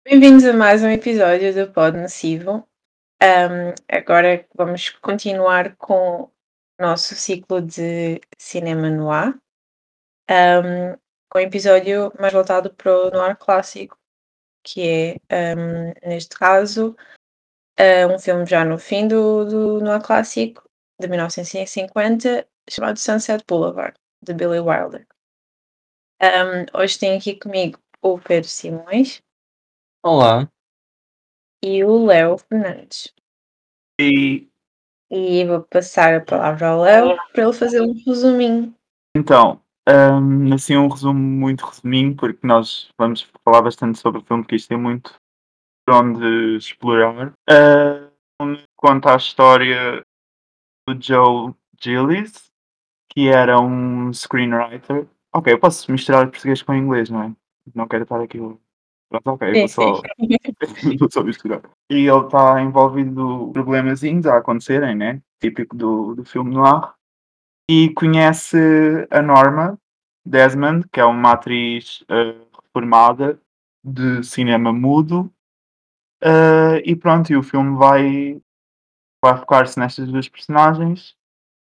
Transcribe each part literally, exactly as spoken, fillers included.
Bem-vindos a mais um episódio do Pod Nocivo. Ahm, agora vamos continuar com o nosso ciclo de cinema noir, ahm, com o episódio mais voltado para o noir clássico, que é, ahm, neste caso, ah, um filme já no fim do, do noir clássico, de mil novecentos e cinquenta, chamado Sunset Boulevard, de Billy Wilder. Ahm, hoje tenho aqui comigo o Pedro Simões Olá. e o Léo Fernandes. E E vou passar a palavra ao Léo para ele fazer um resuminho. então, hum, assim um resumo muito resuminho, porque nós vamos falar bastante sobre o filme, que isto tem muito por onde explorar. Ah, conta a história do Joe Gillis, que era um screenwriter. Ok, eu posso misturar português com inglês, não é? Não quero estar aqui. Pronto, ok, eu Sim, vou sim. só, vou só misturar. E ele está envolvido com problemazinhos a acontecerem, né? Típico do, do filme noir. E conhece a Norma Desmond, que é uma atriz eh, reformada de cinema mudo. Eh, e pronto, e o filme vai, vai focar-se nestas duas personagens,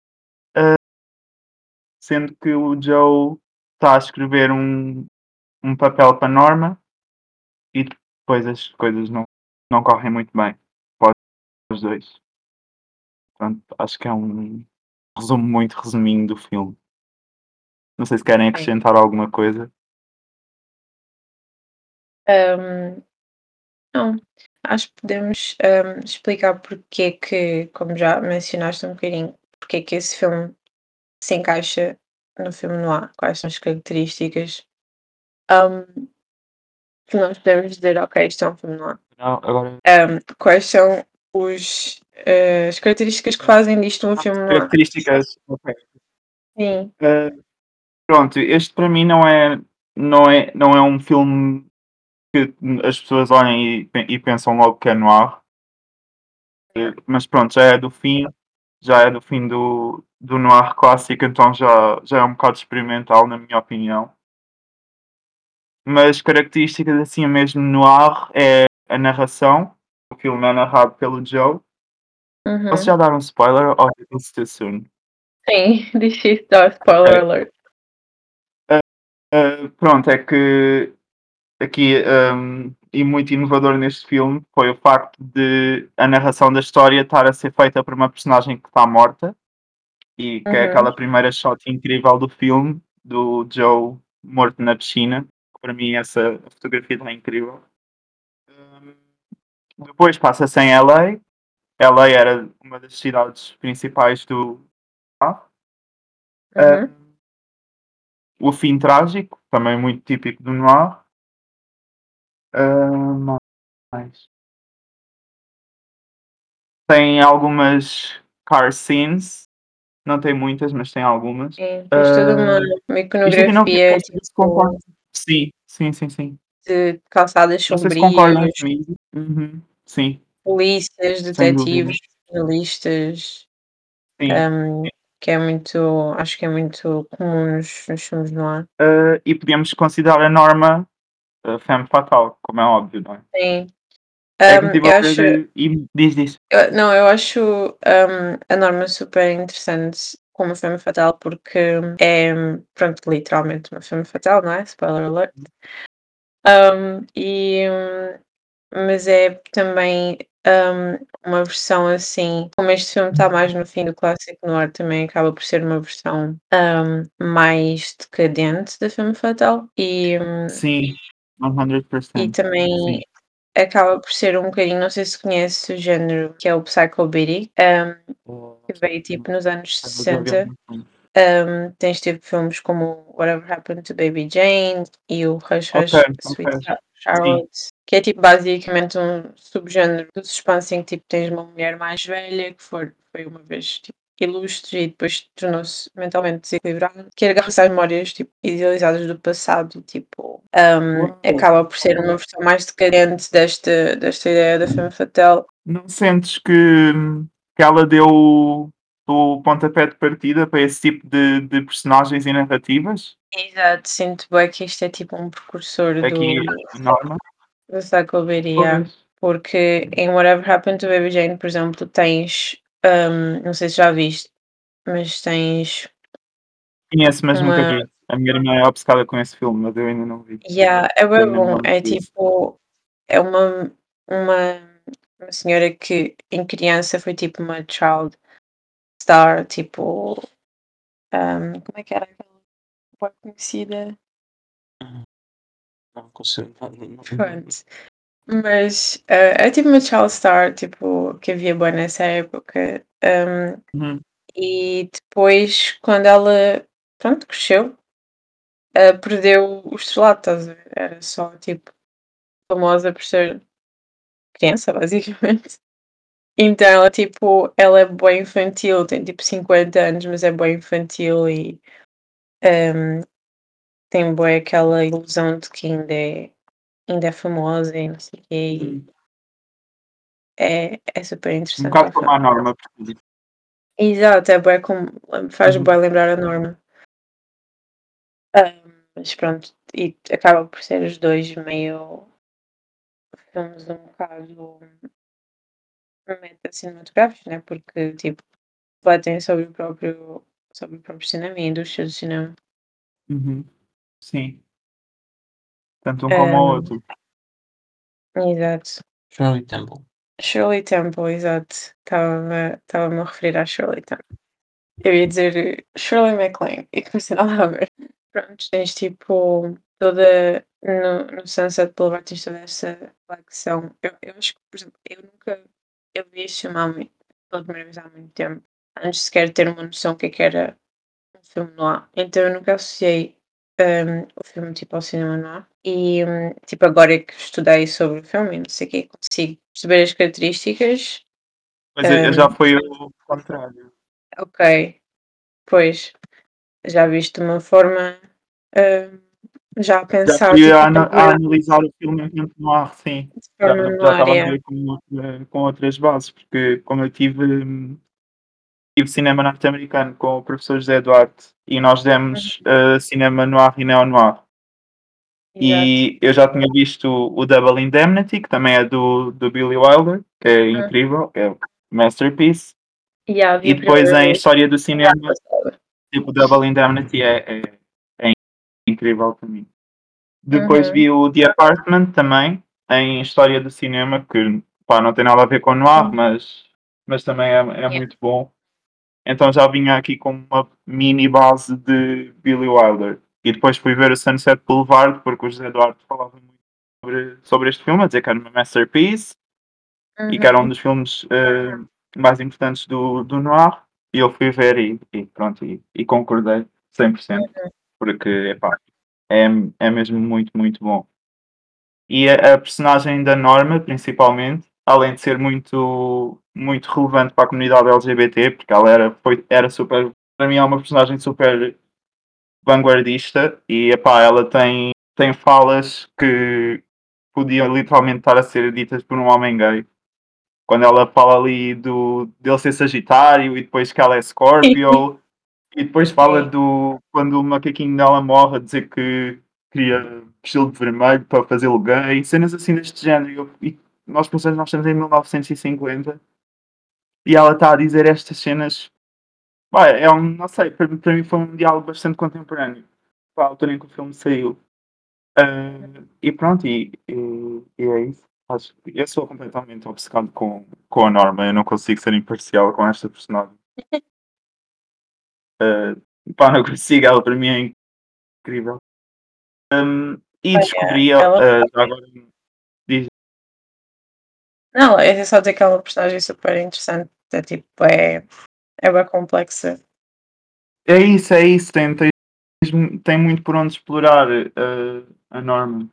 sendo que o Joe está a escrever um, um papel para a Norma e depois as coisas não, não correm muito bem para os dois. Portanto, acho que é um resumo muito resuminho do filme. Não sei se querem Sim. acrescentar alguma coisa. Ahm, não, acho que podemos ahm, explicar porque é que, como já mencionaste um bocadinho, porque é que esse filme se encaixa no filme noir, quais são as características ahm, que nós podemos dizer, ok, isto é um filme noir. Não, agora Ahm, quais são os, eh, as características que fazem disto um filme noir? características. Ok. Sim. Uh, pronto, este para mim não é, não é, não é um filme que as pessoas olhem e, pe- e pensam logo que é noir, Yeah. mas pronto, já é do fim, já é do fim do, do noir clássico, então já, já é um bocado experimental, na minha opinião. Mas características assim mesmo noir é a narração. O filme é narrado pelo Joe. Posso Uhum. já dar um spoiler ou it's too soon? Sim, this is the spoiler Ok. alert. Uh, pronto, é que aqui um, e muito inovador neste filme foi o facto de a narração da história estar a ser feita por uma personagem que está morta e que é Uhum. aquela primeira shot incrível do filme do Joe morto na piscina. Para mim essa fotografia está incrível. Um, depois passa-se em L A. L A era uma das cidades principais do Uhum. um, o fim trágico, também muito típico do noir. Um, mais. Tem algumas car scenes, não tem muitas, mas tem algumas. Sim, tens toda uma Ah, uma isto aqui não iconografia, não sei se tipo, concordas. Sim, sim, sim, sim. de calçadas Não sei se concordam sombrias, comigo. Uhum. Sim, polícias, sem dúvida. detetives, jornalistas, Sim. hum, que é muito acho que é muito comum nos nos filmes noir. Ah, e podíamos considerar a norma ah, femme fatale, como é óbvio, não é? Sim. É que eu Hum, estive eu a acho ver e diz, diz. eu não, eu acho, hum, a Norma super interessante como femme fatale, porque é, pronto, literalmente uma femme fatale, não é? Spoiler alert. Hum, e Mas é também, hum, uma versão assim, como este filme está mais no fim do clássico noir, também acaba por ser uma versão, hum, mais decadente da Femme Fatale e, hum, Sim, e cem por cento. também Sim. acaba por ser um bocadinho, não sei se conhece o género que é o Psychobilly, hum, Ah, que veio tipo nos anos eu já vi sessenta. alguns filmes. Hum, tens tipo filmes como Whatever Happened to Baby Jane e o Hush Ok, Hush ok. Sweet Cha- Sim. Charlotte, que é tipo basicamente um subgénero do suspense em que tipo tens uma mulher mais velha que for, foi uma vez tipo, ilustre e depois tornou-se mentalmente desequilibrada, que agarra-se às memórias tipo, idealizadas do passado e tipo hum, Uau! acaba por ser uma versão mais decadente desta, desta ideia da femme fatale. Não sentes que, que ela deu o, o pontapé de partida para esse tipo de, de personagens e narrativas? Exato, sinto bem que isto é tipo um precursor Aqui, do a Norma? do Cycle B D, yeah. Pois. Porque em Whatever Happened to Baby Jane, por exemplo, tens, hum, não sei se já viste, mas tens Conheço, mas nunca uma. vi. A minha irmã é obcecada com esse filme, mas eu ainda não vi. Yeah, é Tenho bem mesmo bom. nome É por isso. tipo, é uma, uma, uma senhora que em criança foi tipo uma child star, tipo, hum, como é que era aquela boa conhecida? Hum, não consigo. Não, não, não. Pronto. Mas eh, é tipo uma child star, tipo, que havia boa nessa época. hum, Uhum, e depois, quando ela, pronto, cresceu, eh, perdeu o estrelato, estás a ver? Era só tipo famosa por ser criança, basicamente. Então ela, tipo, ela é bem infantil, tem tipo cinquenta anos, mas é bem infantil e hum, tem bem aquela ilusão de que ainda é, ainda é famosa e não sei o quê. E uhum. é, é super Um interessante bocado o como a filme. Norma, porque Exato, é bué como faz bué uhum, lembrar a Norma. Hum, mas pronto, e acaba por ser os dois meio filmes um bocado meta-cinematográficos, né? Porque tipo, refletem sobre o próprio, sobre o próprio cinema e a indústria do cinema. uhum. Sim, tanto um como o Hum, outro. exato. Shirley Temple. Shirley Temple, exato. Estava-me estava-me a referir à Shirley Temple. Eu ia dizer eh, Shirley MacLaine e comecei nada a ver. Pronto, tens tipo toda no, no Sunset Boulevard tens toda essa facção. Eu, eu acho que, por exemplo, eu nunca eu vi este filme há muito, pela primeira vez há muito tempo, antes sequer de ter uma noção do que é que era um filme noir. Então eu nunca associei hum, o filme tipo ao cinema noir. E hum, tipo agora é que estudei sobre o filme e não sei o que, consigo perceber as características. Mas eu, eu já hum, foi o contrário. ok, pois já viste de uma forma hum, já a Já pensar fui tipo a, a ana- a ver analisar o filme enquanto noir, sim. de Já, forma já noir, estava a yeah. ver com, outra- com outras bases, porque como eu tive, hum, tive cinema norte-americano com o professor José Duarte e nós Uhum, demos uh, cinema noir e neo-noir. exato. E eu já tinha visto o Double Indemnity, que também é do, do Billy Wilder, que é Hum, incrível, que é masterpiece. yeah, vi E a depois primeira em vez História do semana Cinema, passada. tipo, Double Indemnity é, é, é incrível também. Depois Uhum, vi o The Apartment também, em História do Cinema, que pá, não tem nada a ver com noir, uhum, mas, mas também é, é yeah, muito bom. Então já vinha aqui com uma mini base de Billy Wilder. E depois fui ver o Sunset Boulevard, porque o José Duarte falava muito sobre, sobre este filme, a dizer que era uma masterpiece e que era um uhum, dos filmes eh, mais importantes do, do Noir. E eu fui ver e, e pronto, e, e concordei cem por cento, uhum, porque epá, é, é mesmo muito, muito bom. E a, a personagem da Norma, principalmente, além de ser muito, muito relevante para a comunidade L G B T, porque ela era, foi, era super, para mim é uma personagem super vanguardista e epá, ela tem, tem falas que podiam literalmente estar a ser ditas por um homem gay. Quando ela fala ali do, dele ser Sagitário e depois que ela é Scorpio, e depois fala sim. do quando o macaquinho dela morre a dizer que queria vesti-lo de vermelho para fazê-lo gay, cenas assim deste género. E, eu- e nós pensamos, nós estamos em mil novecentos e cinquenta e cinquenta e ela está a dizer estas cenas. Pá, é um, não sei, para, para mim foi um diálogo bastante contemporâneo, para a altura em que o filme saiu. Ah, e pronto, e, e, e é isso. Acho que eu sou completamente obcecado com, com a Norma, eu não consigo ser imparcial com esta personagem. Ah, pá, não consigo, ela para mim é incrível. E Olha, descobri, ah, ela já agora, diz- não, é só dizer que ela é uma personagem super interessante, é tipo, é é bem complexa. é isso, é isso, tem, tem, tem muito por onde explorar ah, a Norma.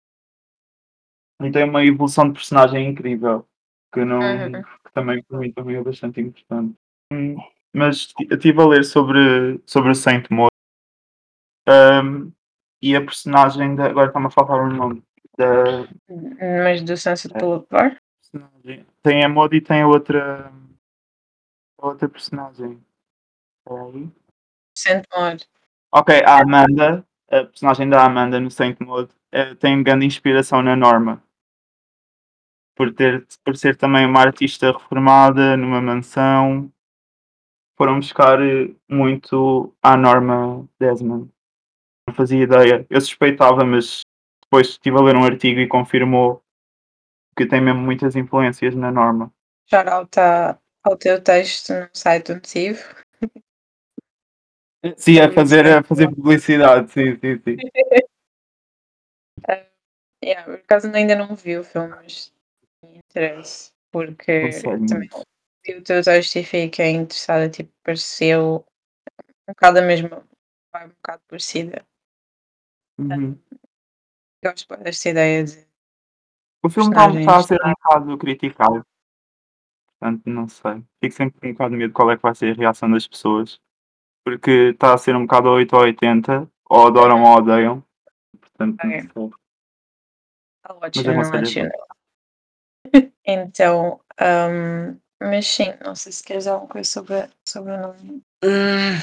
E tem uma evolução de personagem incrível, que, não, Uhum, que também para mim também é bastante importante. Hum, Mas eu estive a ler sobre, sobre o Saint Maud, hum, e a personagem da, agora está-me a faltar o nome da mas do Sunset da Boulevard? personagem. Tem a Maud e tem a outra, a outra personagem. Espera aí. Saint Maud. Ok, a Amanda, a personagem da Amanda no Saint Maud, eh, tem grande inspiração na Norma. por ter por ser também uma artista reformada numa mansão, foram buscar, eh, muito à Norma Desmond. Não fazia ideia. Eu suspeitava, mas depois estive a ler um artigo e confirmou que tem mesmo muitas influências na Norma. Shout out a ao teu texto no site do Motivo. Sim, a Por isso fazer é a fazer publicidade, sim, sim, sim. Ah, yeah, por acaso ainda não vi o filme, mas tenho interesse, porque Aconselho também muito. vi o teu texto e fiquei interessada, tipo, pareceu um bocado a mesma vibe, um bocado parecida. Uhum. Gosto bué desta ideia de O filme está um está a personagens. ser um bocado criticado, portanto não sei. Fico sempre com um bocado de medo de qual é que vai ser a reação das pessoas, porque está a ser um bocado oito ou oitenta, ou adoram Uhum. ou odeiam, portanto não Ok, sei. I'll watch Mas it and aconselho a let you ver. know. Então, hum, mas sim, não sei se queres alguma coisa sobre, sobre o nome. Hum,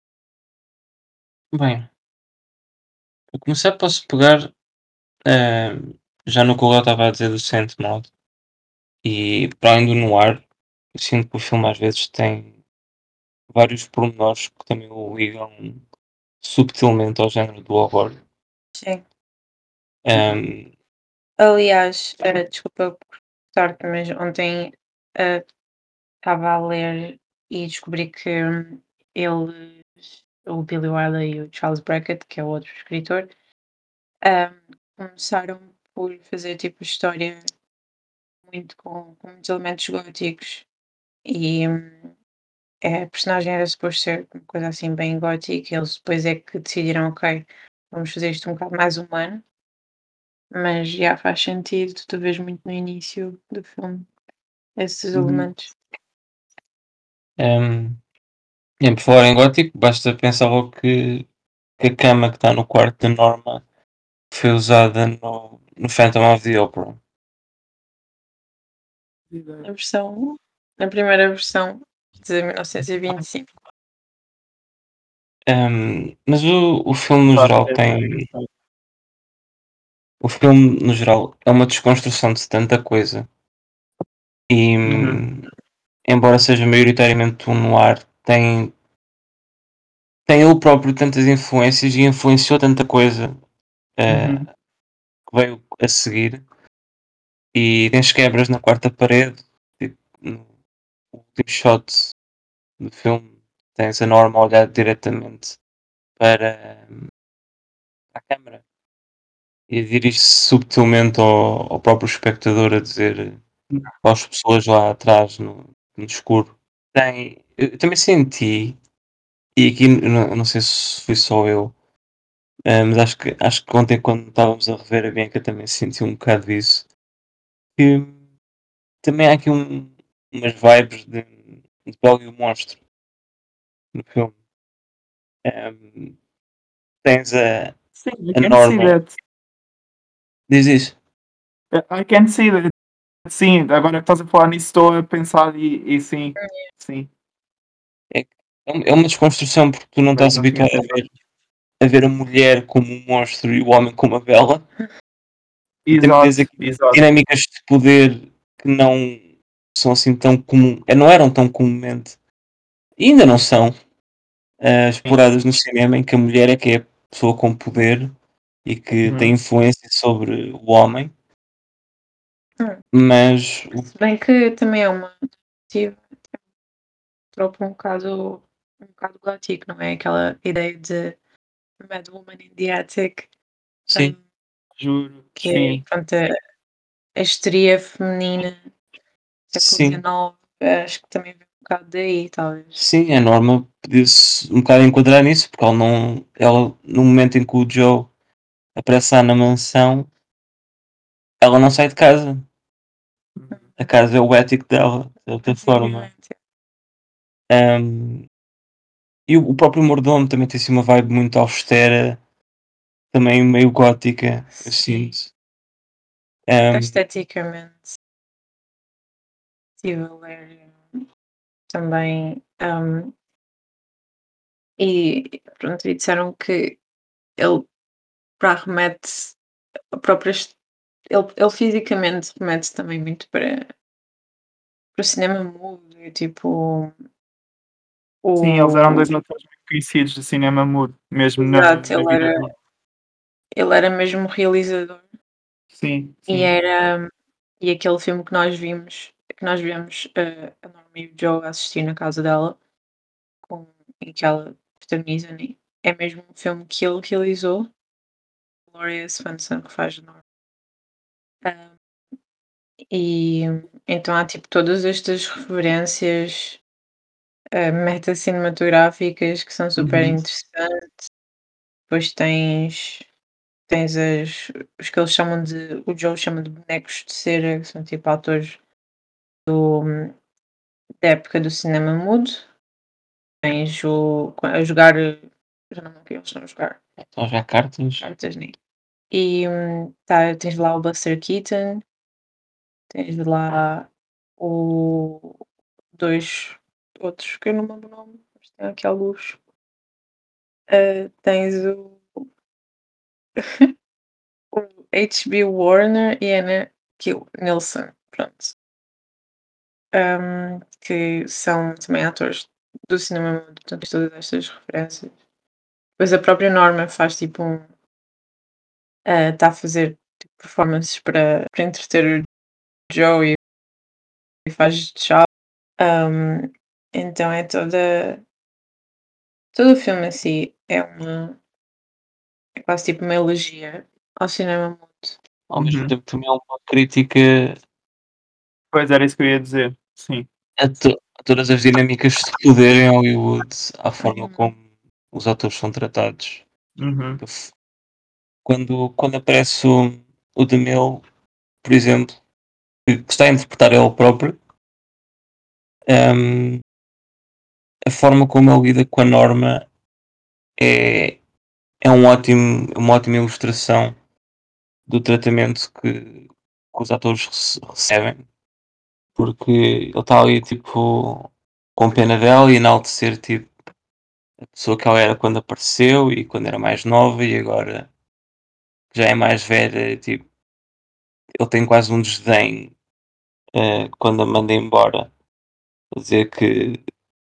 bem, para começar posso pegar, eh, já no que o Léo estava a dizer do Saint-Maud e para além do noir, eu sinto que o filme às vezes tem vários pormenores que também o ligam subtilmente ao género do horror. Sim. Hum, Aliás, eh, desculpa por cortar-te, mas ontem eh, estava a ler e descobri que hum, eles, o Billy Wilder e o Charles Brackett, que é o outro escritor, hum, começaram por fazer tipo história muito com, com muitos elementos góticos e hum, a personagem era suposto ser uma coisa assim bem gótica e eles depois é que decidiram, ok, vamos fazer isto um bocado mais humano, mas já faz sentido, tu vês muito no início do filme esses Uhum. elementos. hum, e por falar em gótico, basta pensar logo que, que a cama que está no quarto da Norma foi usada no, no Phantom of the Opera. Na versão na primeira versão de mil novecentos e vinte e cinco. Hum, mas o, o filme no Claro, geral é tem. O filme no geral é uma desconstrução de tanta coisa. E Uhum, hum, embora seja maioritariamente um noir, tem, tem ele próprio tantas influências e influenciou tanta coisa eh, uhum, que veio a seguir. E tens quebras na quarta parede. Tipo, no último shot do filme tens a Norma a olhar diretamente para, para a câmara e dirige-se subtilmente ao, ao próprio espectador a dizer às pessoas lá atrás no, no escuro. Tem, eu também senti, e aqui eu não, eu não sei se fui só eu, eh, mas acho que, acho que ontem quando estávamos a rever a Bianca também senti um bocado disso, que também há aqui um, umas vibes de, de Bela e o Monstro no filme. Em, tens a, sim, I a can see Norma, that. diz isso, I can see that. Sim, agora que estás a falar nisso estou a pensar e e sim, sim, é, é um- é uma desconstrução porque tu não também estás não tinha habituado a pensado. ver, a ver a mulher como um monstro e o homem como a bela. E também tens Exato, aqui exato. dinâmicas de poder que não são assim tão comum, eh, não eram tão comumente, e ainda não são, eh, Sim. exploradas no cinema, em que a mulher é que é a pessoa com poder e que tem Uhum, influência sobre o homem, Hum, mas o se bem que também é uma narrativa trope um bocado um bocado gótico, não é? Aquela ideia de Mad Woman in the Attic, sim, hum, juro, que é sim. pronto, a a histeria feminina século sim, dezenove, acho que também vem um bocado daí, talvez. sim, a Norma podia-se um bocado enquadrar nisso, porque ela não ela no momento em que o Joe aparece lá na mansão, ela não sai de casa. Uhum. A casa é o ético dela, de outra forma. Basicamente. Hum, e o o próprio mordomo também tem assim uma vibe muito austera, também meio gótica, eu Sim, sinto. Hum, esteticamente estive a ler também, hum, e pronto, e disseram que ele para remete a própria ele, ele fisicamente remete também muito para, para o cinema mudo e tipo Sim, eles eram dois o. atores muito conhecidos de cinema mudo, mesmo na, Exato, na ele vida era, real. ele era mesmo realizador Sim, e sim. era e aquele filme que nós vimos, que nós vemos eh, a Norma e o Joe a assistir na casa dela, com, em que ela protagonizam, né? É mesmo um filme que ele realizou, Gloria Swanson que faz a Norma. Ah, e então há tipo todas estas referências eh, meta-cinematográficas que são super Uhum. interessantes. Depois tens, tens as, os que eles chamam de, o Joe chama de bonecos de cera, que são tipo atores do, da época do cinema mudo. Tens o, a jogar, já não me lembro o que eles estão a jogar, Estão a jogar cartas. cartas, né? E hum, tá, tens lá o Buster Keaton, tens lá o dois outros que eu não me lembro o nome, mas tem aqui alguns. Ah, tens o, o H B Warner e Anna Kill Nilsson, pronto. Hum, que são também atores do cinema mudo, portanto, tens todas estas referências. Depois a própria Norma faz tipo um. Está a fazer tipo, performances para, para entreter o Joe e faz de chá. Um, então é toda. Todo o filme assim é uma. É quase tipo uma elegia ao cinema mudo. Ao mesmo Uhum. tempo também é uma crítica Pois era isso que eu ia dizer. Sim. a, to- a todas as dinâmicas de poder em Hollywood, à forma Uhum. como os atores são tratados. Uhum. Quando, quando aparece o, o DeMille, por exemplo, que que está a interpretar ele próprio, hum, a forma como ele lida com a norma é, é um ótimo, uma ótima ilustração do tratamento que, que os atores rece- recebem, porque ele está ali tipo com pena dela e enaltecer tipo, a pessoa que ela era quando apareceu e quando era mais nova e agora já é mais velha, tipo, ele tem quase um desdém eh, quando a manda embora, a dizer que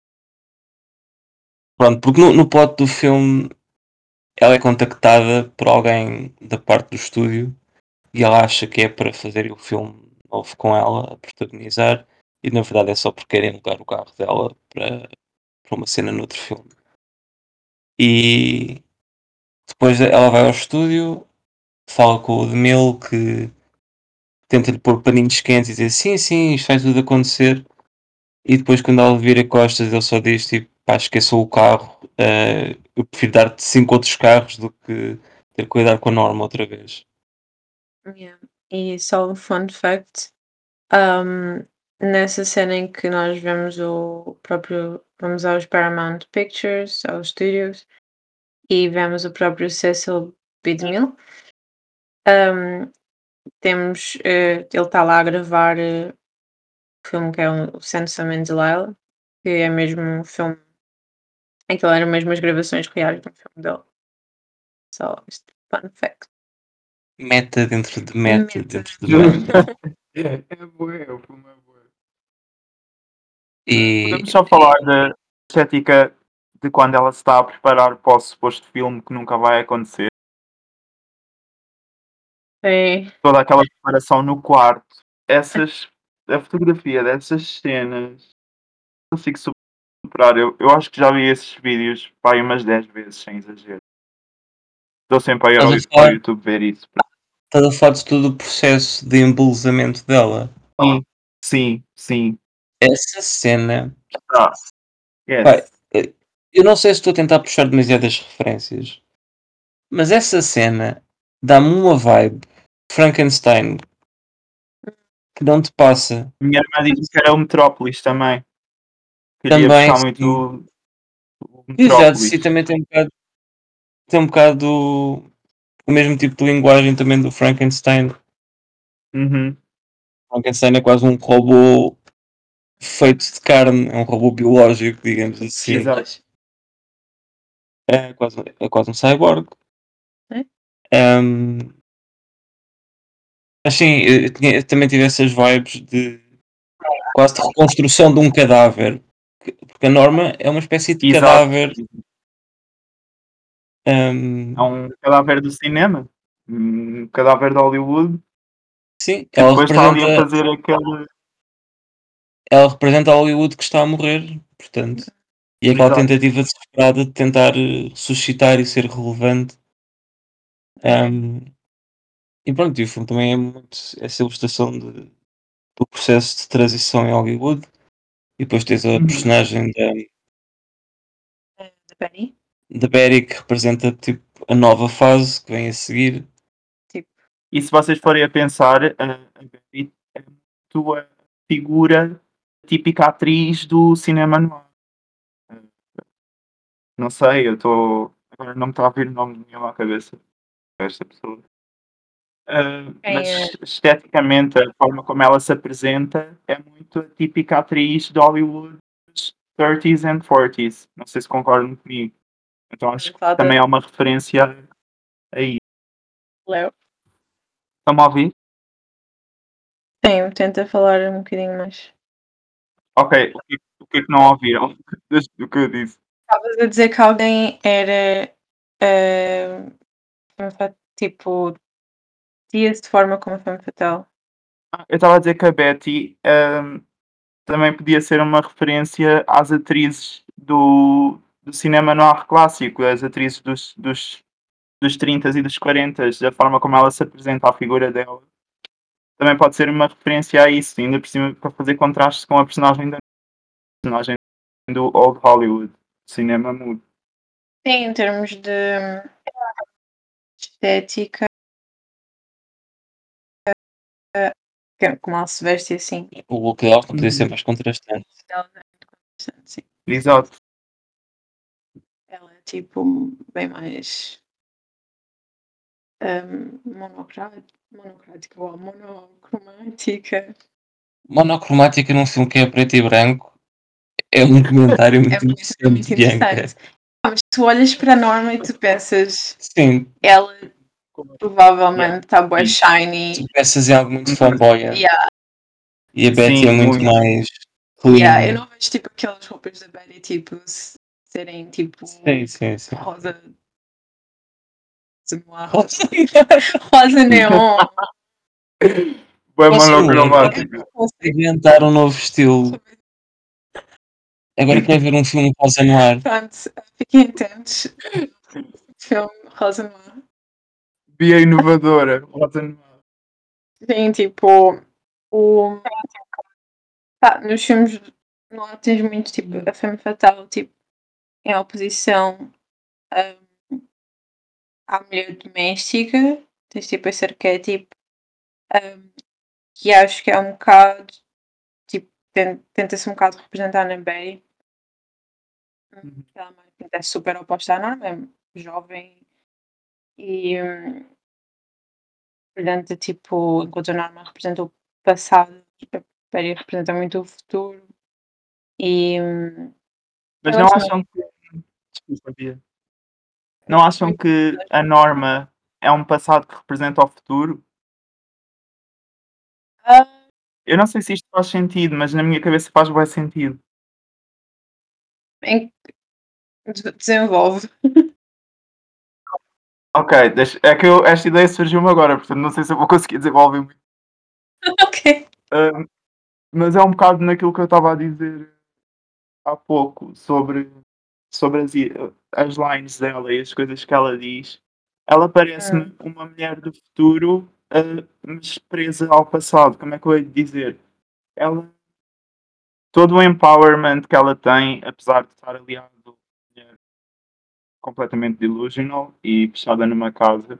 pronto, porque no, no plot do filme ela é contactada por alguém da parte do estúdio e ela acha que é para fazer o filme novo com ela a protagonizar e na verdade é só porque querem alugar o carro dela para, para uma cena noutro filme. E depois ela vai ao estúdio, fala com o DeMille que tenta-lhe pôr paninhos quentes e dizer sim, sim, isto vai tudo acontecer. E depois quando ela vira costas ele só diz tipo, pá, esqueçam o carro, eh, eu prefiro dar-te cinco outros carros do que ter que cuidar com a norma outra vez. Yeah. E só um fun fact: um, nessa cena em que nós vemos o próprio. Vamos aos Paramount Pictures, aos studios, e vemos o próprio Cecil B. DeMille. Um, temos. eh, ele está lá a gravar eh, o filme que é o Sansa and Delilah, que é mesmo um filme. Aquilo eram mesmo as gravações reais do filme dele. Só isto, fun fact. Meta dentro de meta Meta dentro de meta. dentro. É, é bué, o filme é bué. Ah, E, podemos só e falar da estética de quando ela se está a preparar para o suposto filme que nunca vai acontecer. É, Toda aquela preparação no quarto. Essas, a fotografia dessas cenas, não consigo superar. Eu, eu acho que já vi esses vídeos pá, aí umas dez vezes, sem exagero. Estou sempre a ir estás ao, a ao falar, YouTube ver isso. estás a falar de todo o processo de embelezamento dela. Sim, sim, sim. Essa cena, Ah, pá, yes. eh, eu não sei se estou a tentar puxar demasiadas referências, mas essa cena dá-me uma vibe Frankenstein que não te passa. Minha irmã disse que era o Metrópolis também. Queria Também, puxar muito sim. o, o Exato, sim, Metrópolis. também tem um bocado, tem um bocado o o mesmo tipo de linguagem também do Frankenstein. Uhum. Frankenstein é quase um robô feito de carne, é um robô biológico, digamos assim. Exato. pois. É quase, é quase um cyborg. É? Ahm, Mas sim, eu, tinha- eu também tive essas vibes de quase de reconstrução de um cadáver. Que- Porque a Norma é uma espécie de Exato. cadáver. hum, É um cadáver do cinema, um cadáver de Hollywood, sim, que ela depois está ali a representa, fazer aquele. ela representa Hollywood que está a morrer, portanto. E aquela Exato. tentativa desesperada de tentar eh, ressuscitar e ser relevante. hum, e pronto, e o filme também é muito essa ilustração de- do processo de transição em Hollywood. E depois tens a Uhum. personagem da, Da Penny, da Betty que representa tipo, a nova fase que vem a seguir. tipo, E se vocês forem a pensar, a a Betty é muito a figura, a típica atriz do cinema noir. Não sei, eu estou. Agora não me está a vir o nome nenhum à cabeça desta pessoa. Ah, quem é mas esteticamente, a forma como ela se apresenta é muito a típica atriz de Hollywood dos thirties and forties. Não sei se concordam comigo. Então acho que falta também é uma referência aí. Léo. Estão-me a ouvir? Sim, tenta falar um bocadinho mais. Ok, o que, o que é que não ouviram do que eu disse? Estavas a dizer que alguém era, ah, femme fa- tipo, dia-se de forma como a femme fatale. Ah, eu estava a dizer que a Betty ahm, também podia ser uma referência às atrizes do, do cinema noir clássico, as atrizes dos, dos, dos trinta e dos quarenta, da forma como ela se apresenta, a figura dela. Também pode ser uma referência a isso, ainda por cima para fazer contraste com a personagem da personagem do Old Hollywood, cinema mudo. Sim, em termos de estética, que é como ela se veste e assim. O look dela podia ser Uhum. mais contrastante. Ela é muito interessante, sim. Exato. Ela é tipo bem mais um, monocrática, monocrática ou monocromática. Monocromática num filme que é preto e branco é um comentário É muito muito, é interessante, muito Bianca. interessante. Ah, mas tu olhas para a Norma e tu pensas, Sim, ela Yeah. provavelmente está bué Sim. tu shiny. pensas em algo muito Uhum. flamboyant Yeah, e a Betty é Sim, muito muito. mais yeah. Eu clean. não vejo tipo aquelas roupas da Betty tipo se- serem tipo Sim, sim, sim. rosa, rosa noir, rosa neon. Bem Possivelmente monocromático. inventar um novo estilo. Agora quero ver um filme rosa no ar. Pronto, fiquem atentos. Filme rosa noir. Bia inovadora. Rota Noir. Tem tipo o. Pá, nos filmes não tens muito tipo a femme fatale tipo, em oposição hum, à mulher doméstica. Tens tipo esse arquétipo hum, que acho que é um bocado tipo, ten- tenta-se um bocado representar na Betty. Hum, Uhum. Ela é é super oposta à Norma, é jovem e hum, portanto, tipo, enquanto a Norma representa o passado, a Betty representa muito o futuro. E hum, eu Mas não gosto acham muito. que. Desculpa, Bia. Eu Não gosto acham muito que a norma é um passado que representa o futuro? ah, Eu não sei se isto faz sentido, mas na minha cabeça faz bem sentido. em de- desenvolve. Ok, deixa- é que eu- esta ideia surgiu-me agora, portanto não sei se eu vou conseguir desenvolver muito. Ok. Ah, mas é um bocado naquilo que eu estava a dizer há pouco sobre, sobre as, i- as lines dela e as coisas que ela diz. Ela Hum, parece-me uma mulher do futuro, ah, mas presa ao passado. Como é que eu hei de dizer? Ela, todo o empowerment que ela tem, apesar de estar aliado a uma mulher completamente delusional e fechada numa casa,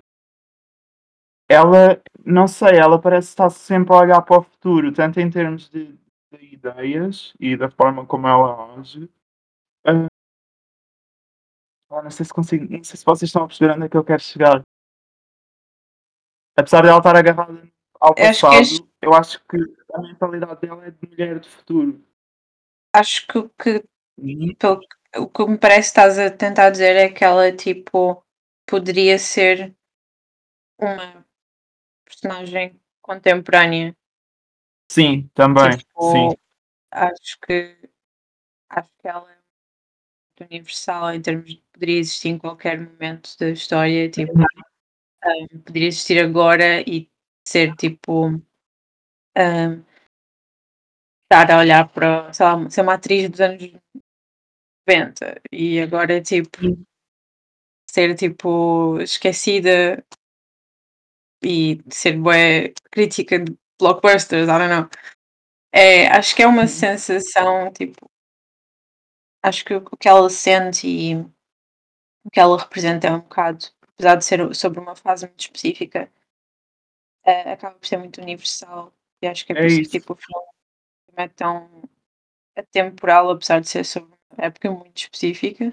ela, não sei, ela parece estar sempre a olhar para o futuro, tanto em termos de, de ideias e da forma como ela age. Ah, não sei se consigo, não sei se vocês estão a perceber onde é que eu quero chegar. Apesar de ela estar agarrada ao acho que este, passado, eu acho que a mentalidade dela é de mulher de futuro. acho que, o que Uhum. pelo que- o que me parece que estás a tentar dizer é que ela tipo poderia ser uma personagem contemporânea. Sim, também, sim. Tipo, acho que acho que ela é muito universal em termos de poderia existir em qualquer momento da história, tipo, hum, poderia existir agora e ser tipo, hum, estar a olhar para, sei lá, ser uma atriz dos anos noventa e agora tipo Sim. ser tipo esquecida e ser bué crítica de blockbusters, I don't know. É, acho que é uma Uhum. sensação, tipo, acho que o o que ela sente e o que ela representa é um bocado, apesar de ser sobre uma fase muito específica, eh, acaba por ser muito universal. E acho que é por É isso que isso. tipo, o filme é tão atemporal, apesar de ser sobre uma época muito específica.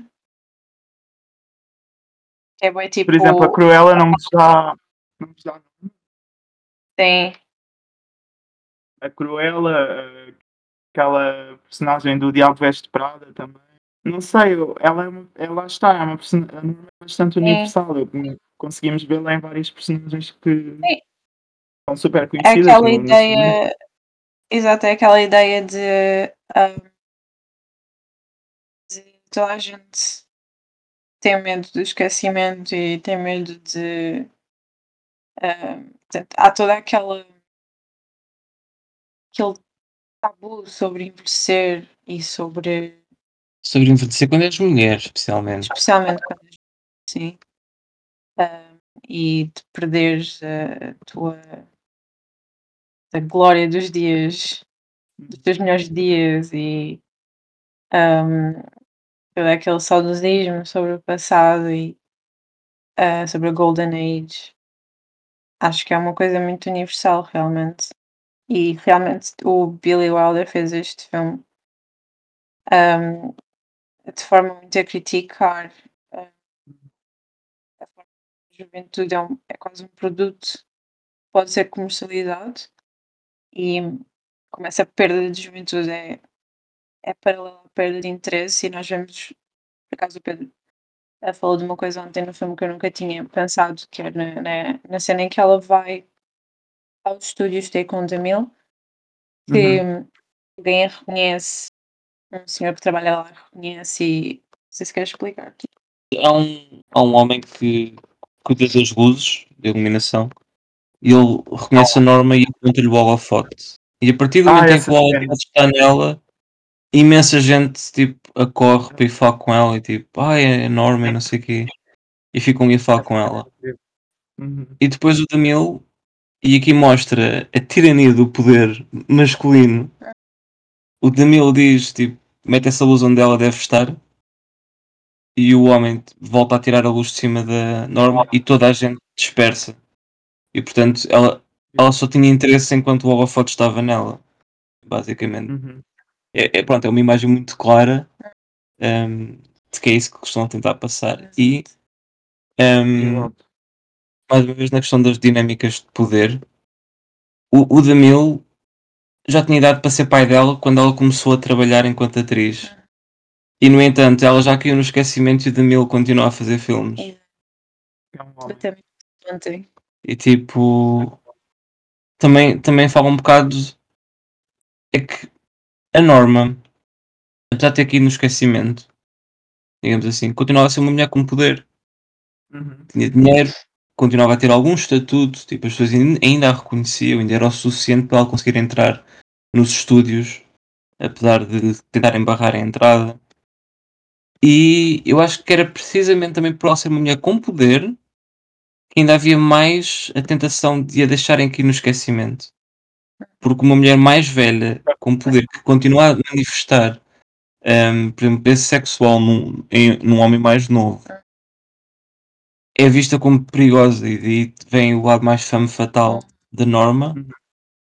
É bué Por exemplo, a tipo, Cruella não vos dá não vos dá tem a Cruella, eh, aquela personagem do Diabo Veste Prada também. Não sei, eu ela é uma ela está, é uma persona a Norma é bastante tem universal, eu conseguimos vê-la em várias personagens que tem são super é conhecidas aquela no no cinema. ideia exato, é aquela ideia de, hã, de toda a gente tem medo do esquecimento e tem medo de, hã, portanto, há toda aquela aquele tabu sobre envelhecer e sobre Sobre envelhecer quando és mulher, especialmente. especialmente quando és sim, hã, e de perderes a tua a glória dos dias dos teus melhores dias e, hã, todo aquele saudosismo sobre o passado e, hã, sobre a golden age. Acho que é uma coisa muito universal realmente. E realmente o Billy Wilder fez este filme, hã, de forma muito a criticar, hã, a forma como a juventude é um é quase um produto, pode ser comercializado e como essa perda de juventude é é paralela à perda de interesse e nós vemos por acaso o Pedro, eh, falou de uma coisa ontem no filme que eu nunca tinha pensado, que é na na na cena em que ela vai aos estúdios ter com o Demille, que Uhum. alguém a reconhece, um senhor que trabalha lá reconhece e não sei se queres explicar. Há um, há um homem que cuida das luzes, da iluminação, e ele reconhece a Norma e aponta-lhe o holofote. E a partir do Ah, momento em que essa o cena. holofote está nela, imensa gente tipo, acorre para ir falar com ela e tipo, ai, é a Norma e não sei o quê. E ficam a ir falar Essa com cena é ela. incrível. Uhum. E depois o Demille, e aqui mostra a tirania do poder masculino. O Demille diz, tipo, mete essa luz onde ela deve estar. E o homem volta a tirar a luz de cima da Norma e toda a gente dispersa. E portanto ela, ela só tinha interesse enquanto o holofote estava nela, basicamente. Uhum. É, é, pronto, é uma imagem muito clara, hum, de que é isso que estão a tentar passar. E Exato. hum, Exato. mais uma vez na questão das dinâmicas de poder, o, o Demille já tinha idade para ser pai dela quando ela começou a trabalhar enquanto atriz. E no entanto, ela já caiu no esquecimento e o Demille continua a fazer filmes. Exato. É um homem. Bateu ontem. E tipo, também, também fala um bocado. É que a Norma, apesar de ter caído no esquecimento, digamos assim, continuava a ser uma mulher com poder. Uhum. Tinha dinheiro, continuava a ter algum estatuto, tipo, as pessoas ainda, ainda a reconheciam, ainda era o suficiente para ela conseguir entrar nos estúdios, apesar de tentarem barrar a entrada. E eu acho que era precisamente também por ela ser uma mulher com poder que ainda havia mais a tentação de a deixarem cair no esquecimento. Porque uma mulher mais velha, com poder, que continua a manifestar, hum, por exemplo, peso sexual num, em- num homem mais novo, é vista como perigosa e daí vem o lado mais femme Hum, fatal da Norma. Uhum.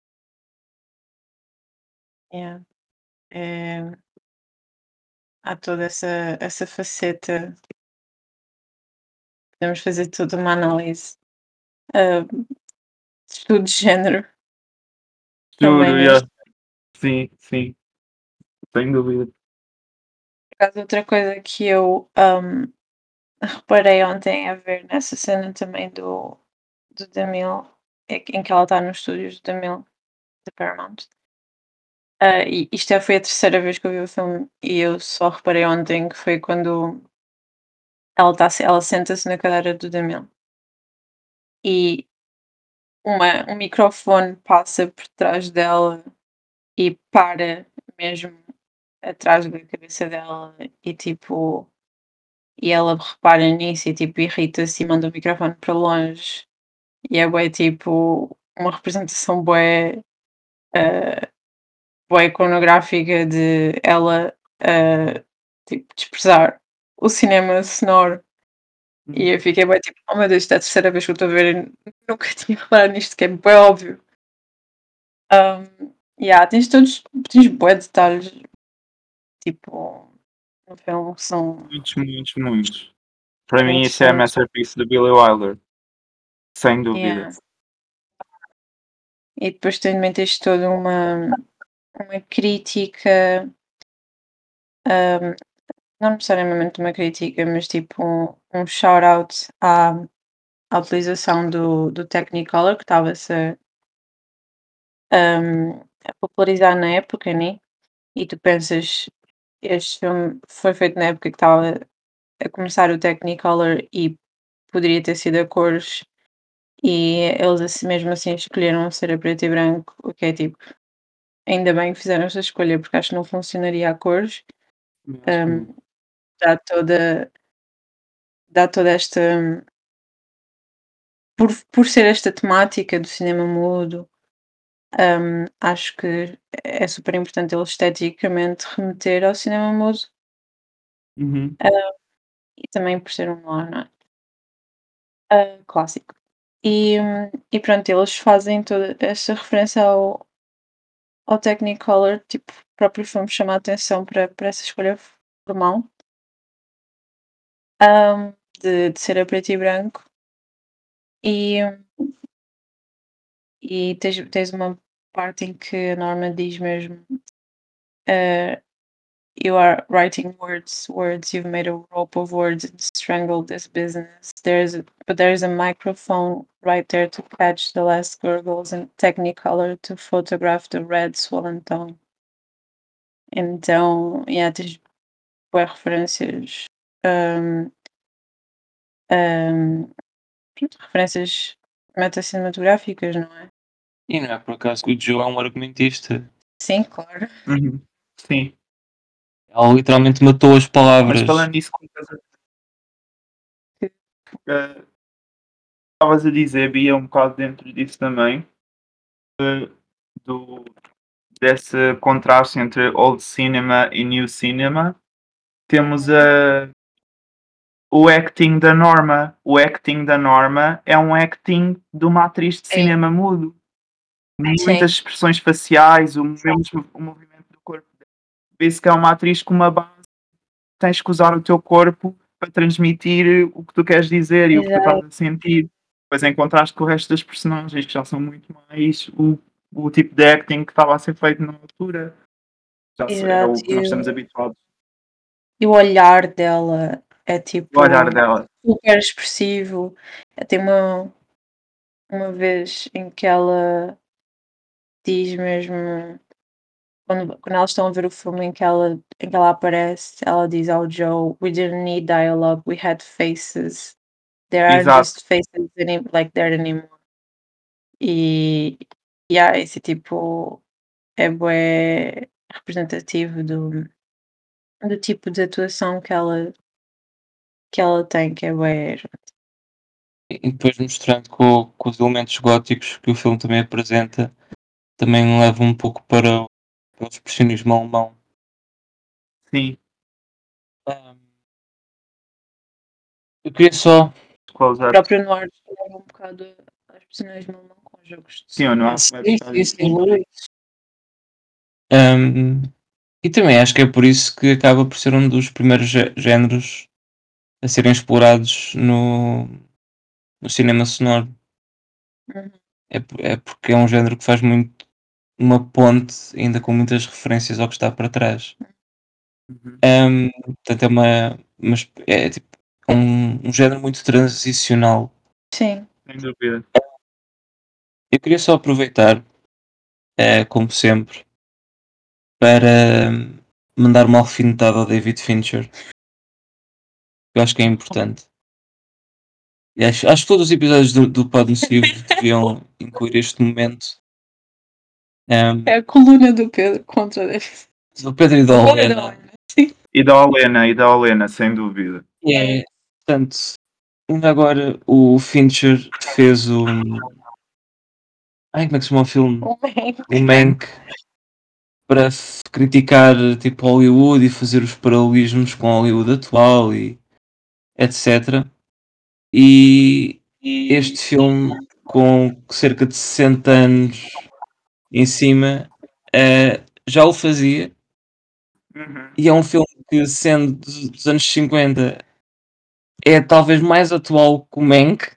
yeah. Eh, há toda essa essa faceta, podemos fazer toda uma análise, hã, de estudo de género também Juro, yeah. neste. Sim, sim, sem dúvida. Por acaso outra coisa que eu, hã, reparei ontem a ver nessa cena também do do Demille, é que- em que ela está nos estúdios da Mil, da Paramount. Ah, e isto já foi a terceira vez que eu vi o filme e eu só reparei ontem que foi quando ela, tá, se- ela senta-se na cadeira do Damian e uma, um microfone passa por trás dela e para mesmo atrás da cabeça dela e tipo, e ela repara nisso e tipo irrita-se e manda o microfone para longe e é bué tipo uma representação bué, ah, bué iconográfica de ela ah, tipo, desprezar o cinema sonoro. E eu fiquei bué tipo, oh meu Deus, isto é a terceira vez que eu estou a ver e nunca tinha reparado nisto, que é bué óbvio. Um, yeah, tens todos, tens bué detalhes, tipo, no filme que são Muitos, muitos, muitos. Para mim, isso é a interessantes. masterpiece do Billy Wilder, sem dúvida. Yeah. E depois também tens toda uma, uma crítica, um, não necessariamente uma crítica, mas tipo um, um shout-out à, à utilização do, do Technicolor que estava-se a, um, a popularizar na época, né? E tu pensas, este filme foi feito na época que estava a começar o Technicolor e poderia ter sido a cores, e eles assim, mesmo assim escolheram ser a preto e branco, o que é tipo, ainda bem que fizeram esta escolha, porque acho que não funcionaria a cores. Acho que Hum, não. dá toda, dá toda esta. Por, por ser esta temática do cinema mudo, hum, acho que é super importante ele esteticamente remeter ao cinema mudo, Uhum. ah, e também por ser um noir, não é? Ah, clássico. E, hum, e pronto, eles fazem toda esta referência ao, ao Technicolor, tipo, o próprio filme chama a atenção para, para essa escolha formal, hum, de, de ser a preto e branco. E, e tens, tens uma parte em que a Norma diz mesmo: uh, You are writing words, words, you've made a rope of words and strangled this business. There's a, but there's a microphone right there to catch the last gurgles and Technicolor to photograph the red swollen tongue. Então, yeah, tens bué referências, hum, hum, pronto, referências metacinematográficas, não é? E não é por acaso que o Joe é um argumentista. Sim, claro. Uhum. Sim. Ela literalmente matou as Mas palavras. falando nisso, como estás a- eh, estavas a dizer, Bia, um bocado dentro disso também, eh, do, desse contraste entre old cinema e new cinema, temos a, o acting da Norma. O acting da Norma é um acting de uma atriz de Sim, cinema mudo. sim, Muitas expressões faciais, o mesmo o movimento do corpo. Vê-se que é uma atriz com uma base, tens que usar o teu corpo para transmitir o que tu queres dizer e o que tu estás exato, a sentir. Depois em contraste com o resto das personagens, que já são muito mais o, o tipo de acting que estava a ser feito na altura. Já se- é exato. o que E nós estamos o, habituados. e o olhar dela é O olhar tipo dela. super expressivo. Tem uma, uma vez em que ela diz mesmo, quando, quando elas estão a ver o filme em que ela, em que ela aparece, ela diz ao Joe: We didn't need dialogue, we had faces. There aren't Exato. just faces any, like that anymore. E yeah, esse tipo é bué representativo do, do tipo de atuação que ela, que ela tem, que é bué. E depois mostrando que, o- que os elementos góticos que o filme também apresenta também levam um pouco para, o para o expressionismo alemão. Sim. Ahm, eu queria só. O Close-ups. próprio Noir leva um bocado as personagens no alemão com jogos de Sim, o sombra. Noir vai Sim, buscar sim, isso. sim. Ahm, e também acho que é por isso que acaba por ser um dos primeiros gé- géneros a serem explorados no, no cinema sonoro. Uhum. É, por- é porque é um género que faz muito uma ponte, ainda com muitas referências ao que está para trás. Uhum. Ahm, portanto, é uma, uma esp- é, tipo, um, um género muito transicional. Sim, Sem dúvida. Eu queria só aproveitar, eh, como sempre, para hum, mandar uma alfinetada ao David Fincher. Eu acho que é importante. E acho, acho que todos os episódios do, do Pod Nocivo deviam incluir este momento. Um, É a coluna do Pedro contra o David. do Pedro e da Helena. Sim. E da Helena, e da Helena, sem dúvida. É, portanto, ainda agora o Fincher fez o. Ai, como é que se chama o filme? O Mank. O Mank. Para f- criticar tipo Hollywood e fazer os paralelismos com Hollywood atual e etcétera. E este filme, com cerca de sessenta anos em cima, eh, já o fazia. Uhum. E é um filme que, sendo dos, dos anos cinquenta, é talvez mais atual que o Mank.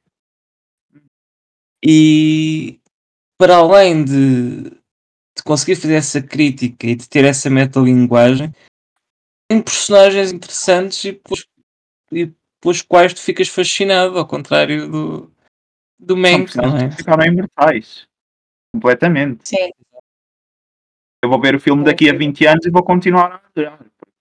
E para além de, de conseguir fazer essa crítica e de ter essa metalinguagem, tem personagens interessantes e pelos, e pelos quais tu ficas fascinado, ao contrário do, do São Mank, não personagens é? que ficaram imortais. Completamente. Sim. Eu vou ver o filme daqui a vinte anos e vou continuar a adorar.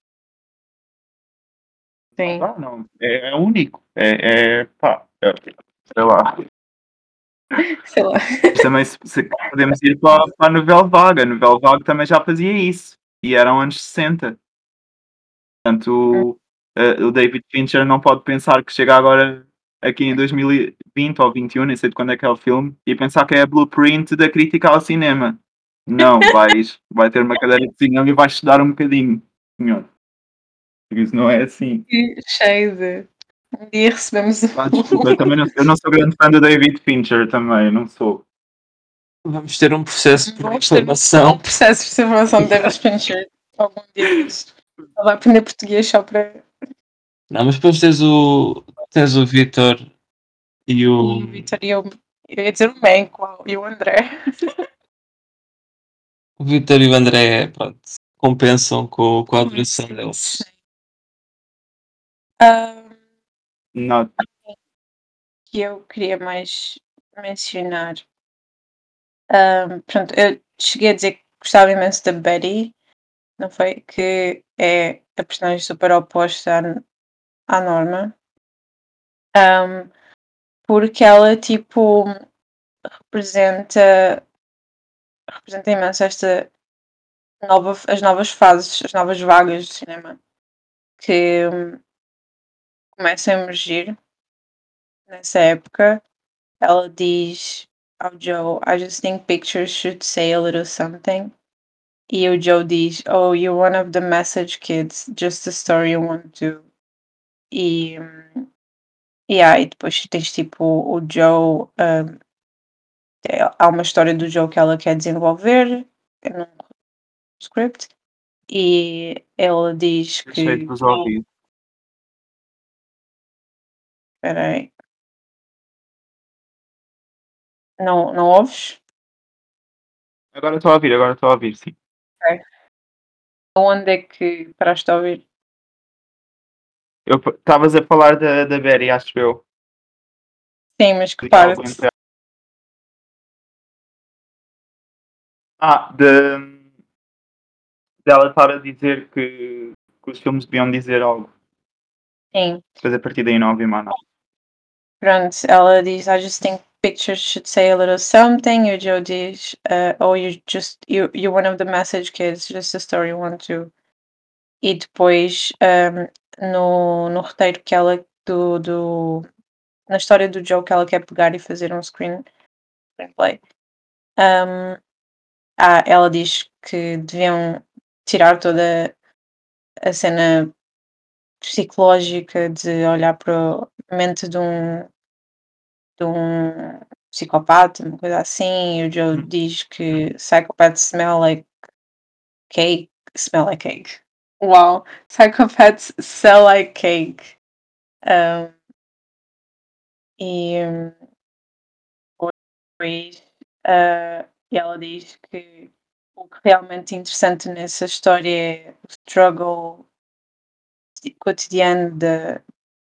Sim. Ah, não. É, é único. É, é pá. É, sei lá. Sei lá. Mas também se, se podemos ir para, para a Nouvelle Vague. A Nouvelle Vague também já fazia isso. E eram anos sessenta. Portanto, o, eh, o David Fincher não pode pensar que chega agora aqui em dois mil e vinte ou vinte e um, nem sei de quando é que é o filme, e pensar que é a blueprint da crítica ao cinema. Não, vais, vai ter uma cadeira de cinema e vais estudar um bocadinho, senhor. Porque isso não é assim. Cheio de. Um dia recebemos Ah, desculpa, eu também não, eu não sou grande fã do David Fincher também, não sou. Vamos ter um processo por Vamos ter um reclamação. processo de formação de David Fincher algum dia destes. Ele vai aprender português só para. Não, mas depois tens o, tens o Vitor e o. E o Vitor e eu. Eu ia dizer o Mank uau, e o André. O Vitor e o André, pronto, compensam com, com a adoração deles. Ah, Não, que eu queria mais mencionar. Ah, pronto, eu cheguei a dizer que gostava imenso da Betty, não foi? Que é a personagem super oposta à, à Norma. Um, porque ela, tipo, representa, representa imenso esta nova, as novas fases, as novas vagas do cinema que hum, começam a emergir nessa época. Ela diz ao Joe, I just think pictures should say a little something. E o Joe diz, oh, you're one of the message kids, just the story you want to. E, hum, yeah, e depois tens tipo o Joe, hum, é- há uma história do Joe que ela quer desenvolver num script e ela diz deixei de que. vos ouvir. Espera aí. Não, não ouves? Agora estou a ouvir, agora estou a ouvir, sim. Ok. Onde é que paraste a ouvir? Eu estavas a falar da, da Betty, acho eu. Sim, mas que De algo parte? entre Ah, de, dela estar a dizer que, que os filmes deviam dizer algo. Sim, Depois a partir daí não ouvi mais nada. pronto. Ela diz, I just think pictures should say a little something. E o Joe diz, uh, oh, you just, you, you're one of the message kids, just a story you want to. E depois, um, no, no roteiro que ela, do, do, na história do Joe que ela quer pegar e fazer um screen, screenplay, um, ah, ela diz que deviam tirar toda a cena psicológica de olhar para a mente de um, de um psicopata, uma coisa assim, e o Joe Hum. diz que psychopaths smell like cake, smell like cake. Uau, psychopaths sell like cake. Um, e um, depois ah, e ela diz que o que realmente é interessante nessa história é o struggle cotidiano da,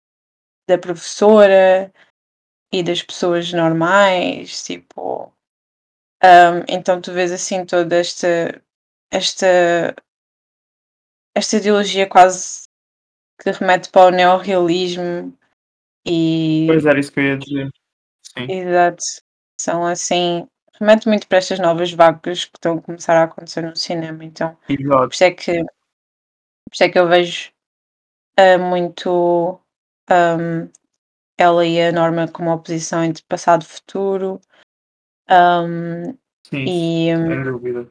da professora e das pessoas normais, tipo, Um, então tu vês assim toda esta, esta, esta ideologia quase que remete para o neorrealismo Pois e era isso que eu ia dizer. Sim, exato, são assim, remete muito para estas novas vacas que estão a começar a acontecer no cinema, então por exato. isso é que, por isso é que eu vejo ah, muito um, ela e a Norma como oposição entre passado e futuro. um, Sim, e, sem dúvida.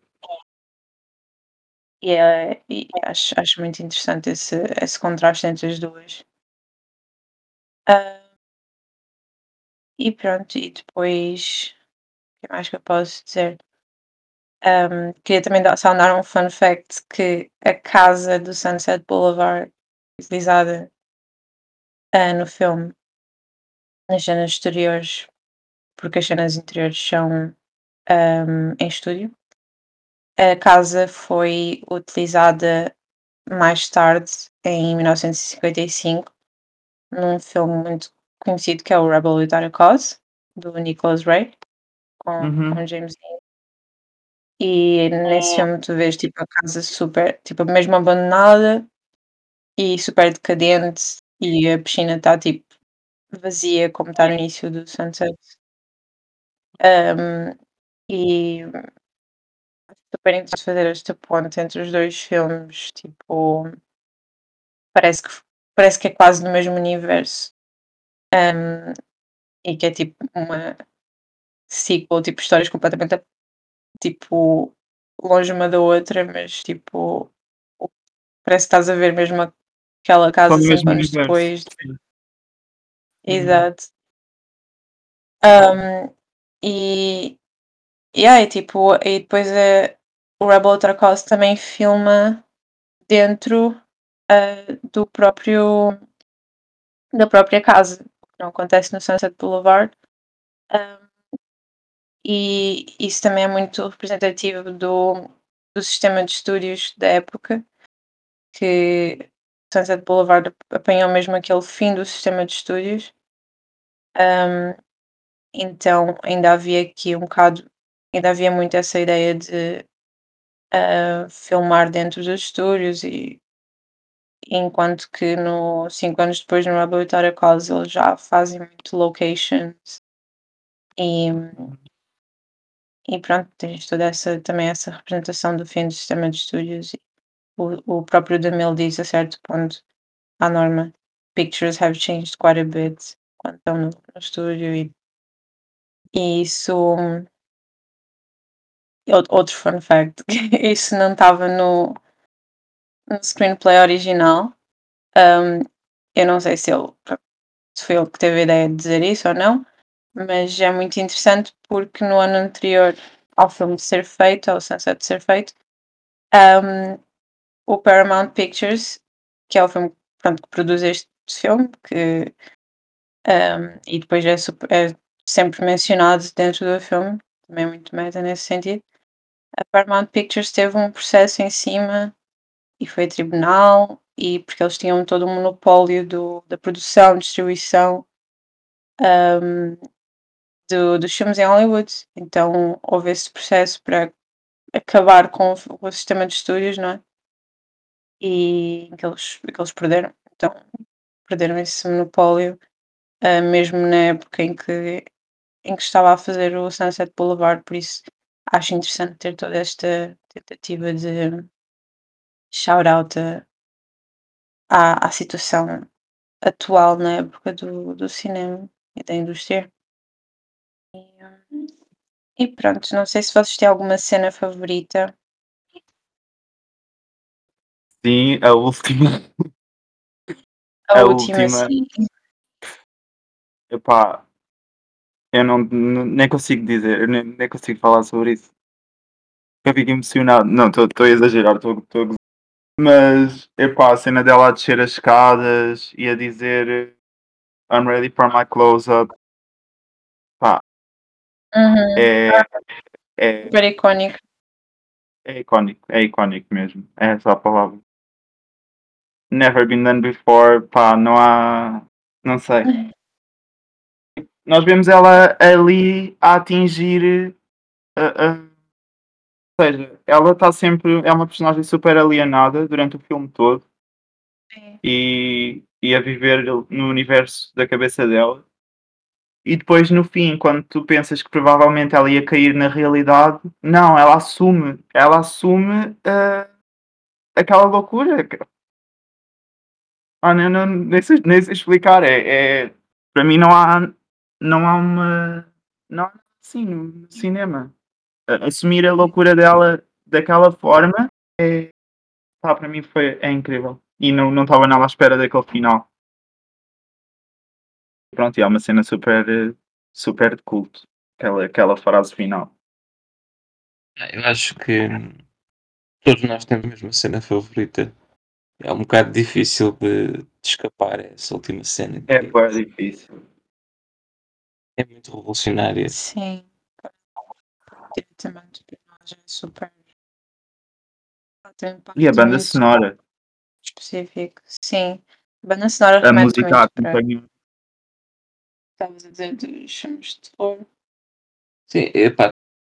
e, é- e acho, acho muito interessante esse, esse contraste entre as duas. Ah, e pronto, e depois, o que mais que eu posso dizer? Um, queria também dar, só dar um fun fact que a casa do Sunset Boulevard utilizada ah, no filme, nas cenas exteriores, porque as cenas interiores são um, em estúdio. A casa foi utilizada mais tarde, em mil novecentos e cinquenta e cinco, num filme muito conhecido que é o Rebel Without a Cause, do Nicholas Ray, com, Uhum. com James Dean. E nesse filme tu vês tipo a casa super, tipo mesmo abandonada e super decadente e a piscina está tipo vazia como está no início do Sunset. Um, e super interessante fazer esta ponte entre os dois filmes, tipo, parece que parece que é quase no mesmo universo. Um, e que é tipo uma sequel, tipo histórias completamente tipo longe uma da outra, mas tipo o- parece que estás a ver mesmo aquela Estão casa no cinco mesmo anos universo. depois. Sim. Uhum. Exato. Um, e, e aí, tipo, e depois é, o Rebel Ultra Cause também filma dentro ah, do próprio da própria casa, o que não acontece no Sunset Boulevard. Ah, e isso também é muito representativo do, do sistema de estúdios da época, que Sunset Boulevard apanhou mesmo aquele fim do sistema de estúdios. Um, então ainda havia aqui um bocado, ainda havia muito essa ideia de uh, filmar dentro dos estúdios e enquanto que no cinco anos depois no Rebel Cause eles já fazem muito locations e, e pronto, tens toda essa também essa representação do fim do sistema de estúdios e o, o próprio Demille diz a certo ponto à Norma, pictures have changed quite a bit quando estão no, no estúdio e, e isso Out- outro fun fact, que isso não estava no, no screenplay original. Um, eu não sei se ele se foi ele que teve a ideia de dizer isso ou não, mas é muito interessante porque no ano anterior ao filme ser feito, ao Sunset ser feito, um, o Paramount Pictures, que é o filme pronto, que produz este filme, que um, e depois é, super- é sempre mencionado dentro do filme, também é muito meta nesse sentido. A Paramount Pictures teve um processo em cima e foi a tribunal, e porque eles tinham todo o monopólio do, da produção, distribuição um, do, dos filmes em Hollywood. Então houve esse processo para acabar com o, com o sistema de estúdios, não é? E que eles, que eles perderam. Então perderam esse monopólio, ah, mesmo na época em que, em que estava a fazer o Sunset Boulevard, por isso acho interessante ter toda esta tentativa de shout-out a- à, à situação atual na época do, do cinema e da indústria. E, hum, e pronto, não sei se vocês têm alguma cena favorita. Sim, a última, A a última, última, sim. epá, eu não, não- nem consigo dizer, eu nem, nem consigo falar sobre isso. Eu fico emocionado. Não, estou a exagerar, estou a gozar. Mas, epá, a cena dela a descer as escadas e a dizer I'm ready for my close-up, pá, Uhum. é, é, Super icónico. é icónico, é icónico mesmo. É essa a palavra. Never been done before, pá, não há, não sei. Nós vemos ela ali a atingir Ah, ah, ou seja, ela está sempre é uma personagem super alienada durante o filme todo Sim. e e a viver no universo da cabeça dela. E depois no fim, quando tu pensas que provavelmente ela ia cair na realidade, não, ela assume ela assume, ah, aquela loucura. Ah, não não nem sei nem sei explicar, é é para mim não há não há uma não há assim no no cinema. A assumir a loucura dela daquela forma, é pá, para mim foi é incrível. E não não estava nada à espera daquele final. Pronto, e é uma cena super, eh, super de culto, aquela aquela frase final. Ah, eu acho que todos nós temos a mesma cena favorita. É um bocado difícil de, de escapar a essa última cena É que bué difícil. é muito revolucionária. Sim, diretamente para nós é super. Tem um E a impacto banda muito sonora, específico. Sim, a banda sonora a remete música a muito para. acompanhar. Estavas a dizer dos filmes de terror. Sim, epá,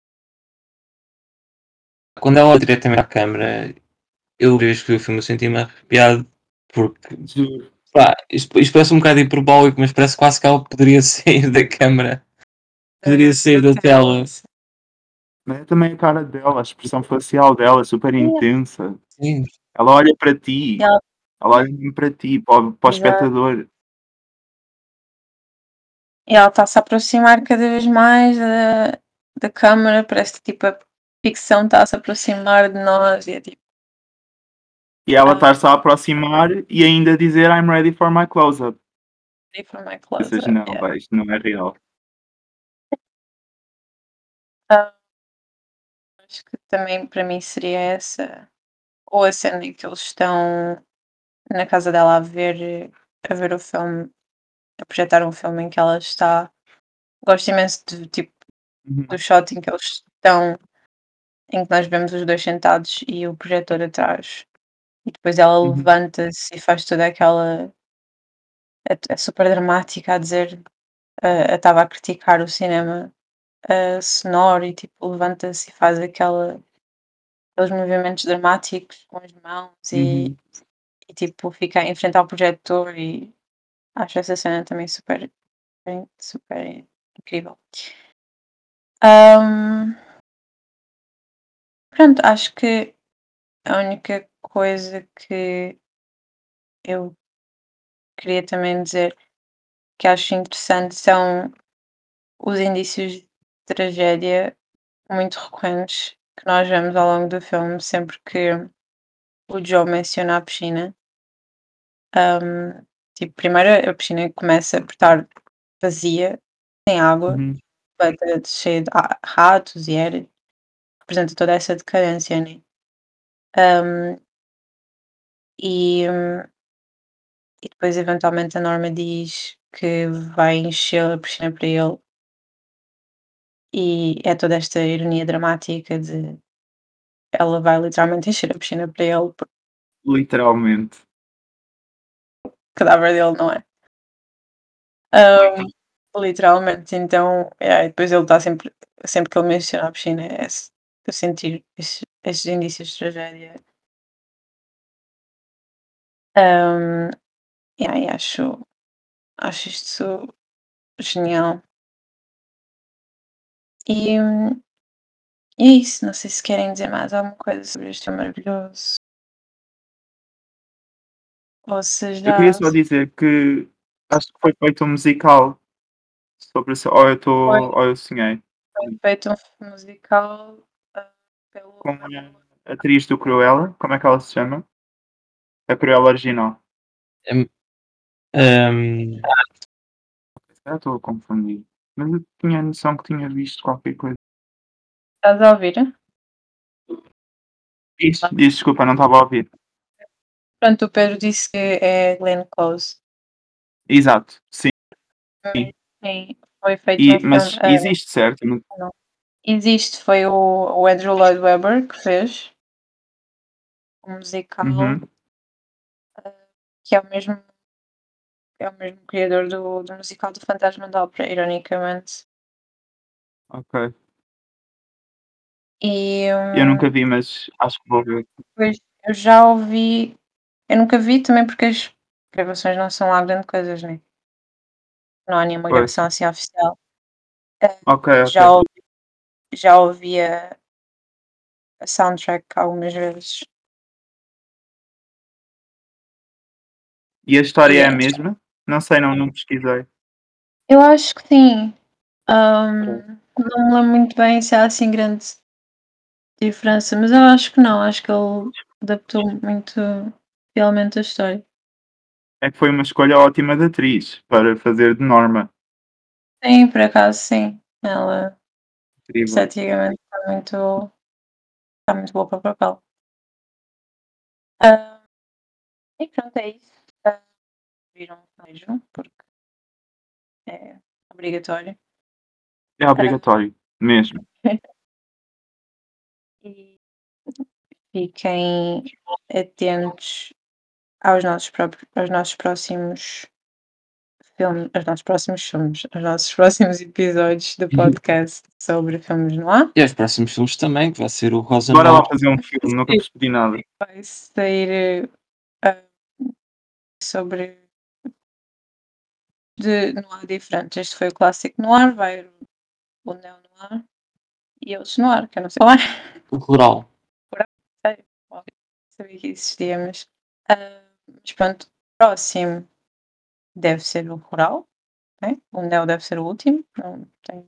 quando ela olha diretamente à câmara, eu vez que vi o filme eu senti-me arrepiado porque Juro. pá, isto, isto parece um bocado hiperbólico, mas parece quase que ela poderia sair da câmara, poderia Da, sair da da tela. tela. Sim. Mas é também a cara dela, a expressão facial dela é super intensa. Sim, Ela olha para E ti, ela, ela olha mesmo para ti, para o para o exato. espectador. E ela está-se a aproximar cada vez mais da, da câmara, parece que tipo a ficção está a se aproximar de nós e é tipo, E ela ah, estar-se a aproximar e ainda dizer: "I'm ready for my close-up". ready for my Pensas: close-up. "Não, Yeah. pá, isto não é real". Ah, acho que também para mim seria essa, ou a cena em que eles estão na casa dela a ver, a ver o filme, a projetar um filme em que ela está. Gosto imenso de tipo do Uhum, shot em que eles estão, em que nós vemos os dois sentados e o projetor atrás. E depois ela uhum, levanta-se e faz toda aquela. É, é super dramática a dizer. eh, estava a criticar o cinema eh, sonoro e tipo levanta-se e faz aquela, aqueles movimentos dramáticos com as mãos e, uhum. e tipo fica em frente ao projetor e acho essa cena também super, super incrível. Ahm, pronto, acho que a única coisa que eu queria também dizer que acho interessante são os indícios de tragédia muito recorrentes que nós vemos ao longo do filme, sempre que o Joe menciona a piscina. Ahm, tipo, primeiro a piscina começa por estar vazia, sem água, Uhum, completa, cheia de a- ratos e era, representa toda essa decadência, né? Ahm, e, hum, e depois, eventualmente, a Norma diz que vai encher a piscina para ele, e é toda esta ironia dramática de ela vai literalmente encher a piscina para ele, porque literalmente. o cadáver dele não é. Ahm, literalmente, então, é, e depois ele está sempre, sempre que ele menciona a piscina, é, esse- eu sentir esses, esses indícios de tragédia. Ahm, yeah, e acho, acho isto genial. E, hum, e é isso, não sei se querem dizer mais alguma coisa sobre este filme maravilhoso, ou se Eu queria já só dizer que acho que foi feito um musical sobre isso, ou eu foi, estou ou eu sonhei. foi feito um filme musical ah, pelo. Com a atriz do Cruella, como é que ela se chama? A Cruella original. Hum, hum, Já estou a confundir. Mas eu tinha a noção que tinha visto qualquer coisa. Estás a ouvir? Diz, diz, desculpa, não estava a ouvir. Pronto, o Pedro disse que é Glenn Close. Exato, sim. Hum, sim, foi feito E, um filme. mas ah, existe, certo? No- não. Existe, foi o, o Andrew Lloyd Webber que fez um musical, Uhum, que é o mesmo, é o mesmo criador do, do musical do Fantasma da Ópera, ironicamente. ok. E, Eu nunca hum, vi, mas acho que vou ver. pois, eu já ouvi eu nunca vi também porque as gravações não são lá grande coisas, né, não há nenhuma Pois. gravação assim oficial. Ah, Ok, já ok. ouvi já ouvi a a soundtrack algumas vezes. E a história E é a é mesma? Não sei, não, não pesquisei. eu acho que sim. Hum, Ok. não me lembro muito bem se há assim grande diferença, mas eu acho que não, acho que ele adaptou muito fielmente a história. É que foi uma escolha ótima da atriz para fazer de Norma. Sim, por acaso sim. Ela Incrível. esteticamente está muito está muito boa para o papel. Hã, e pronto, é isso. Hã, viram, vejam, porque é obrigatório. É obrigatório, mesmo. E fiquem atentos aos nossos próprios aos nossos próximos filmes aos nossos próximos filmes, aos nossos próximos episódios do podcast sobre filmes noir. E aos próximos filmes também, que vai ser o Rosa Bora lá Noir. fazer um filme, nunca Sim, percebi nada. vai sair, hã, sobre de noir diferentes. Este foi o clássico noir, vai o neo-noir e outros noir, que eu não sei falar. O Rural. Por acaso, sei, bom, sabia que existia, mas, hã, mas pronto, o próximo deve ser o rural, né, o neo deve ser o último, não tenho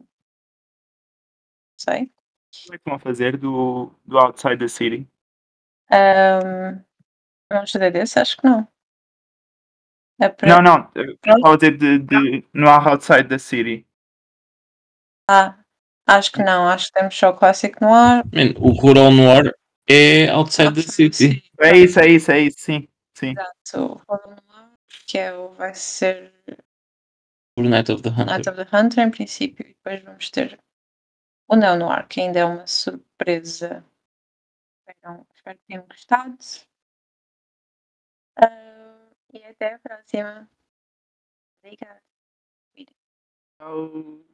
sei. Como é que vão fazer do, do Outside the City? Hã, vamos fazer desse? Acho que não. É para Não, não, eu estava a dizer de, de Noir Outside the City. ah, acho que não, acho que temos só o clássico noir, Man, o Rural Noir é Outside the Outside the City. City, É pronto, isso, é isso, é isso, sim, sim. exato, o rural noir, que é o vai ser Por Night of the Night Hunter. of the Hunter em princípio, e depois vamos ter o neo-noir, que ainda é uma surpresa. Então, espero que tenham gostado. Ah, e até a próxima. Obrigada. Tchau.